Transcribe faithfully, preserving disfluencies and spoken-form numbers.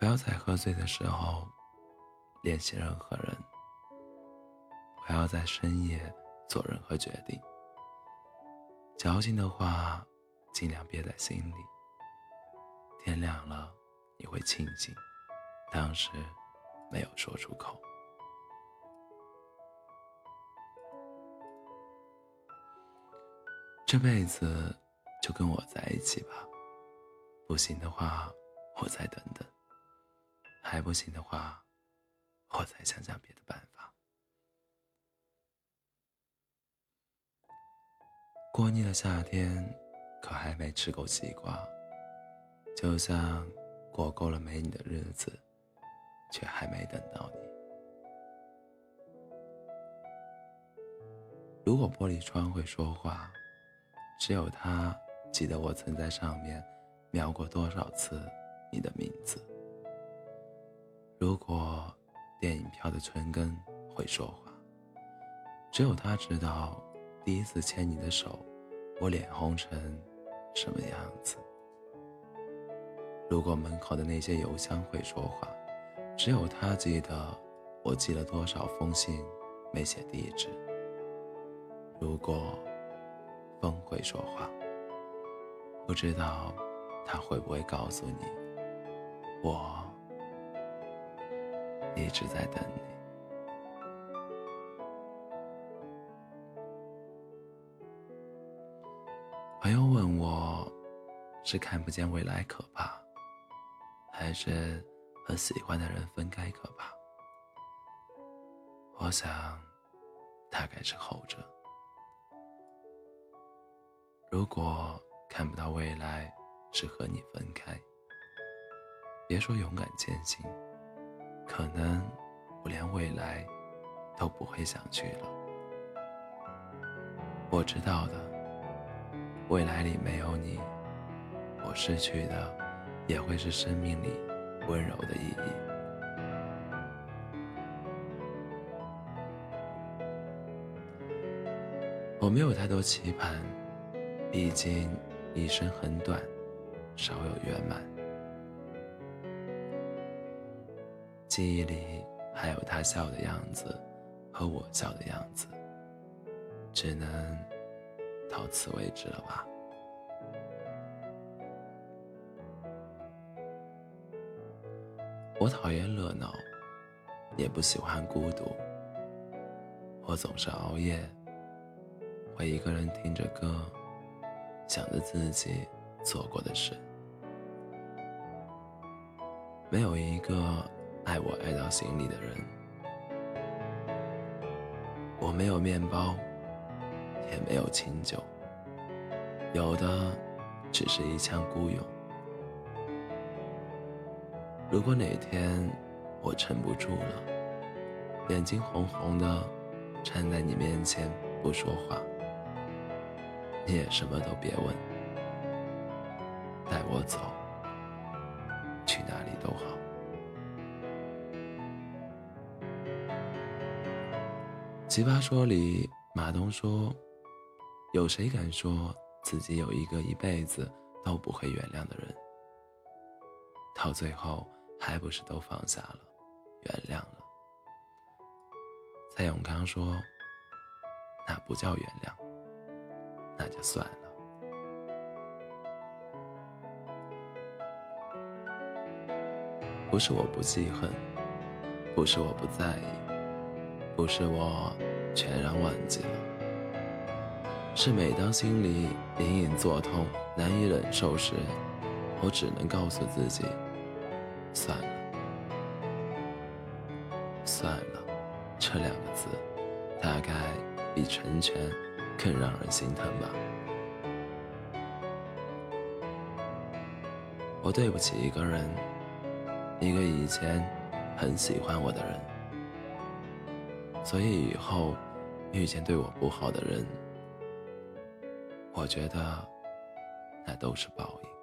不要在喝醉的时候联系任何人，不要在深夜做任何决定。矫情的话尽量憋在心里，天亮了你会庆幸当时没有说出口。这辈子就跟我在一起吧，不行的话我再等等，还不行的话我再想想别的办法。过腻了夏天，可还没吃够西瓜，就像过够了没你的日子，却还没等到你。如果玻璃窗会说话，只有它记得我曾在上面描过多少次你的名字。如果电影票的春根会说话，只有它知道第一次牵你的手我脸红成什么样子。如果门口的那些邮箱会说话，只有它记得我寄了多少封信没写地址。如果风会说话，不知道它会不会告诉你，我一直在等你。朋友问我，是看不见未来可怕，还是和喜欢的人分开可怕？我想大概是后者。如果看不到未来是和你分开，别说勇敢前行，可能我连未来都不会想去了。我知道的，未来里没有你，我失去的也会是生命里温柔的意义。我没有太多期盼，毕竟一生很短，少有圆满。记忆里还有他笑的样子和我笑的样子，只能到此为止了吧。我讨厌热闹，也不喜欢孤独。我总是熬夜，会一个人听着歌，想着自己做过的事。没有一个爱我爱到心里的人。我没有面包，也没有清酒，有的只是一腔孤勇。如果哪天我撑不住了，眼睛红红的站在你面前不说话，你也什么都别问，带我走，去哪里都好。奇葩说里马东说，有谁敢说自己有一个一辈子都不会原谅的人，到最后还不是都放下了，原谅了。蔡永康说，那不叫原谅，那就算了。不是我不记恨，不是我不在意，不是我全然忘记了，是每当心里隐隐作痛难以忍受时，我只能告诉自己，算了算了，这两个字大概比成全更让人心疼吧。我对不起一个人，一个以前很喜欢我的人，所以以后遇见对我不好的人，我觉得那都是报应。